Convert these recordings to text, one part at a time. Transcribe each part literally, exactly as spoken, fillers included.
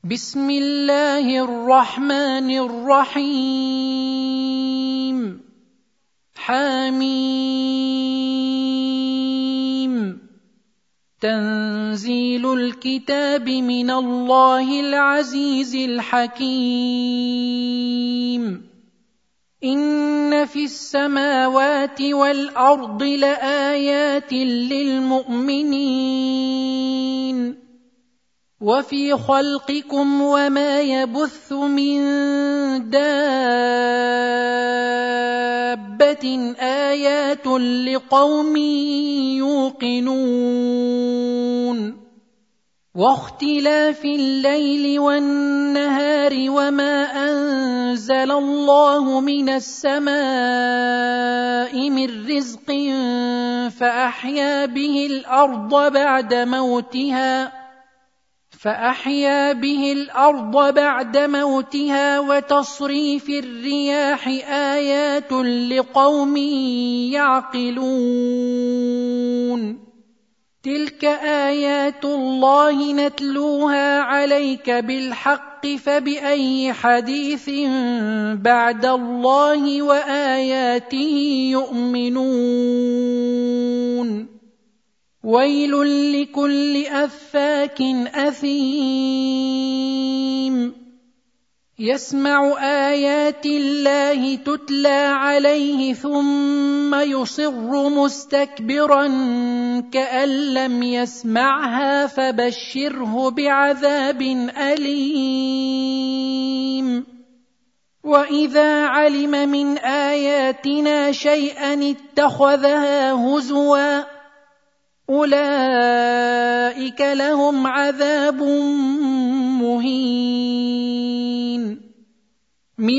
بسم الله الرحمن الرحيم حميم تنزيل الكتاب من الله العزيز الحكيم إن في السماوات والأرض لآيات للمؤمنين وفي خلقكم وما يبث من دابة آيات لقوم يوقنون واختلاف الليل والنهار وما أنزل الله من السماء من رزق فأحيا به الأرض بعد موتها فأحيا به الأرض بعد موتها وتصريف الرياح آيات لقوم يعقلون تلك آيات الله نتلوها عليك بالحق فبأي حديث بعد الله وآياته يؤمنون ويل لكل أفاك أثيم يسمع آيات الله تتلى عليه ثم يصر مستكبرا كأن لم يسمعها فبشره بعذاب أليم وإذا علم من آياتنا شيئا اتخذها هزوا أولئك لهم عذاب مهين من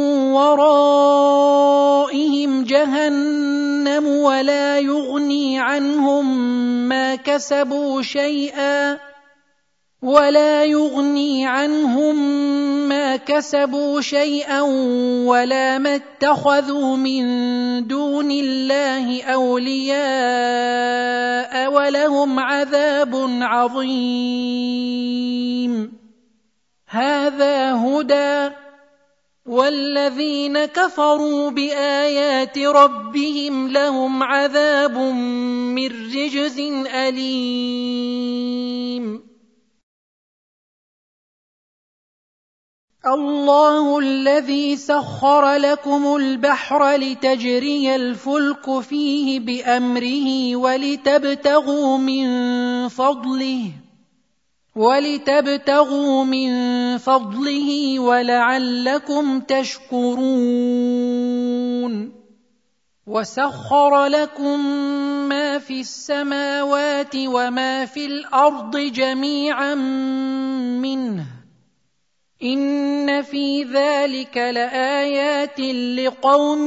ورائهم جهنم ولا يغني عنهم ما كسبوا شيئا ولا يغني عنهم ما كسبوا شيئا ولا ما اتخذوا من دون الله أولياء ولهم عذاب عظيم هذا هدى والذين كفروا بآيات ربهم لهم عذاب من رجز أليم الله الذي سخر لكم البحر لتجري الفلك فيه بأمره ولتبتغوا من فضله ولتبتغوا من فضله ولعلكم تشكرون وسخر لكم ما في السماوات وما في الأرض جميعا منه إن في ذلك لآيات لقوم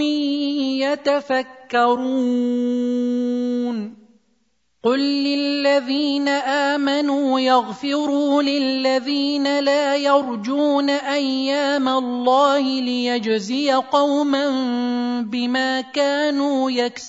يتفكرون قل للذين آمنوا يغفروا للذين لا يرجون أيام الله ليجزي قوما بما كانوا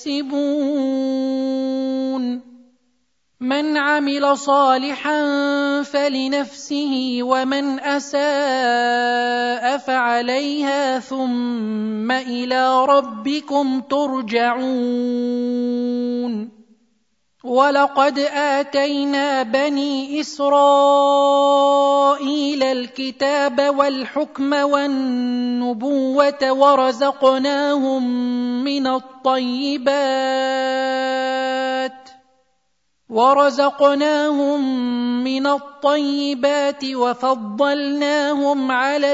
يكسبون من عمل صالحا فلنفسه ومن أساء فعليها ثم إلى ربكم ترجعون ولقد آتينا بني إسرائيل الكتاب والحكم والنبوة ورزقناهم من الطيبات ورزقناهم من الطيبات وفضلناهم على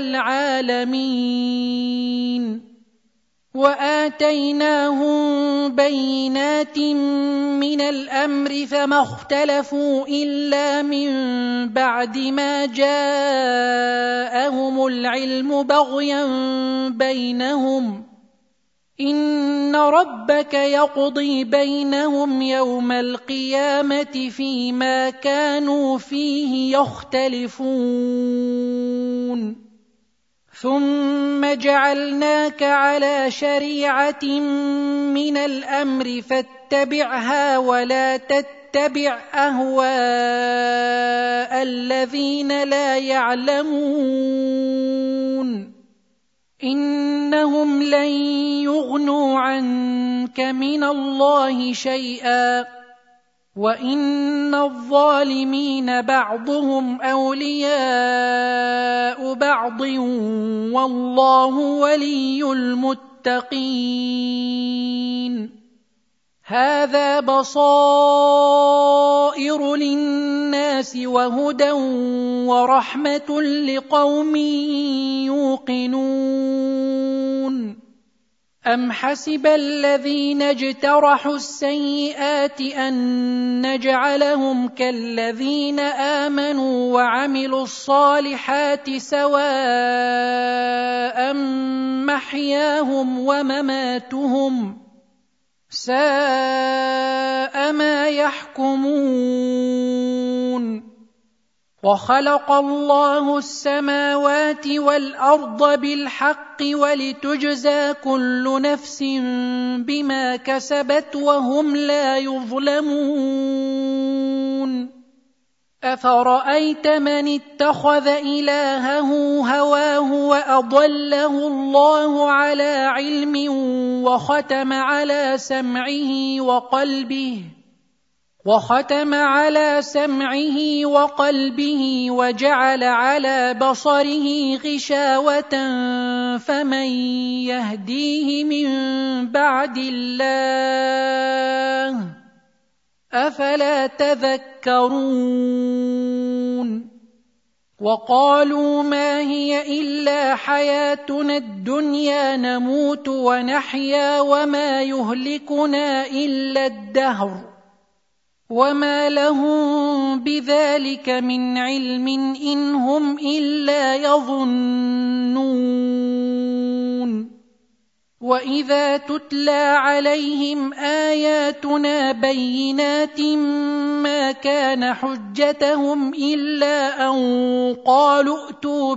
العالمين وآتيناهم بينات من الأمر فما اختلفوا إلا من بعد ما جاءهم العلم بغيا بينهم إن ربك يقضي بينهم يوم القيامة فيما كانوا فيه يختلفون ثم جعلناك على شريعة من الأمر فاتبعها ولا تتبع تتبع أهواء الذين لا يعلمون إنهم لن يغنوا عنك من الله شيئا وإن الظالمين بعضهم أولياء بعض والله ولي المتقين هذا بصائر للناس وهدى ورحمة لقوم يوقنون أم حسب الذين اجترحوا السيئات أن نجعلهم كالذين آمنوا وعملوا الصالحات سواء محياهم ومماتهم ساء ما يحكمون وخلق الله السماوات والأرض بالحق ولتجزى كل نفس بما كسبت وهم لا يظلمون أفرأيت من اتخذ إلهه هواه وأضله الله على علم وختم على سمعه وقلبه وختم على سمعه وقلبه وجعل على بصره غشاوة فمن يهديه من بعد الله أفلا تذكرون وقالوا ما هي إلا حياتنا الدنيا نموت ونحيا وما يهلكنا إلا الدهر وما لهم بذلك من علم إن هم إلا يظنون وإذا تتلى عليهم آياتنا بينات ما كان حجتهم إلا أن قالوا ائتوا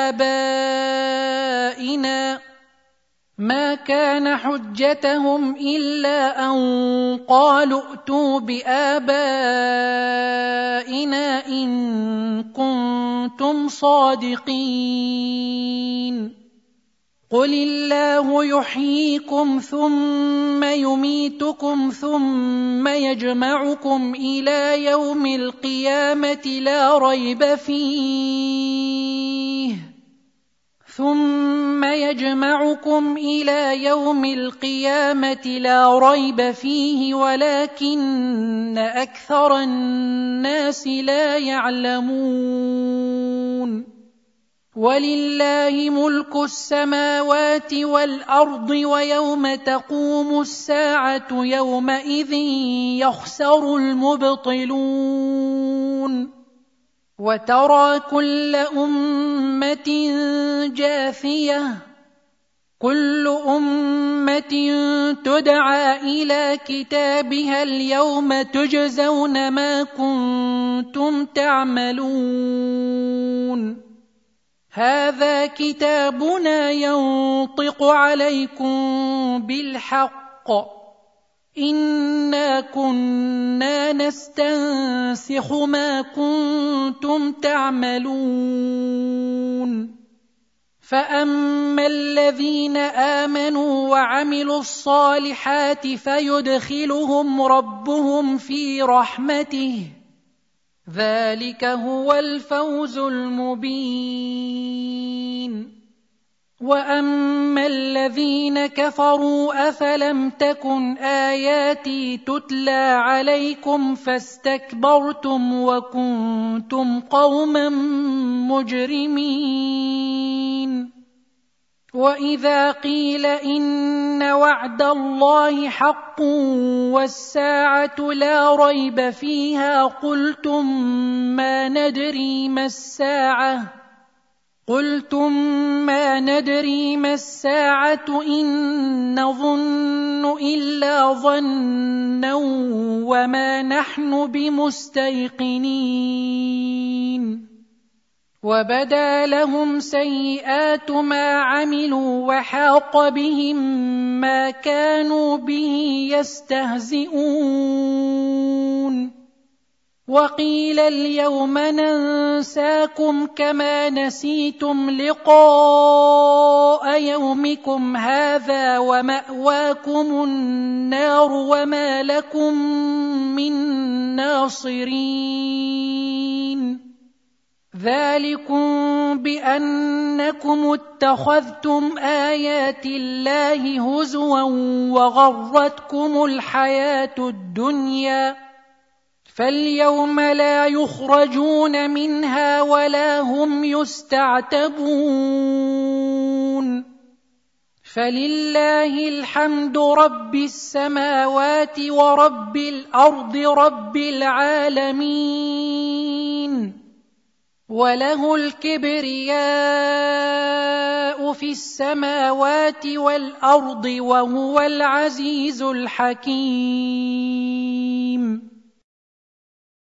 بآبائنا ما كان حجتهم إلا أن قالوا ائتوا بآبائنا إن كنتم صادقين قل الله يحييكم ثم يميتكم ثم يجمعكم إلى يوم القيامة لا ريب فيه ثم يجمعكم إلى يوم القيامة لا ريب فيه ولكن أكثر الناس لا يعلمون ولله ملك السماوات والأرض ويوم تقوم الساعة يومئذ يخسر المبطلون وترى كل أمة جاثية كل أمة تدعى إلى كتابها اليوم تجزون ما كنتم تعملون هذا كتابنا ينطق عليكم بالحق إنا كنا نستنسخ ما كنتم تعملون فأما الذين آمنوا وعملوا الصالحات فيدخلهم ربهم في رحمته ذلك هو الفوز المبين وأما الذين كفروا أفلم تكن آياتي تتلى عليكم فاستكبرتم وكنتم قوما مجرمين وإذا قيل إن وعد الله حق والساعة لا ريب فيها قلتم ما ندري ما الساعة قلتم ما ندري ما الساعة إن نظن إلا ظنا وما نحن بمستيقنين وبدا لهم سيئات ما عملوا وحاق بهم ما كانوا به يستهزئون وقيل اليوم ننساكم كما نسيتم لقاء يومكم هذا ومأواكم النار وما لكم من ناصرين ذلكم بأنكم اتخذتم آيات الله هزوا وغرتكم الحياة الدنيا فاليوم لا يخرجون منها ولا هم يستعتبون فلله الحمد رب السماوات ورب الأرض رب العالمين وله الكبرياء في السماوات والأرض وهو العزيز الحكيم.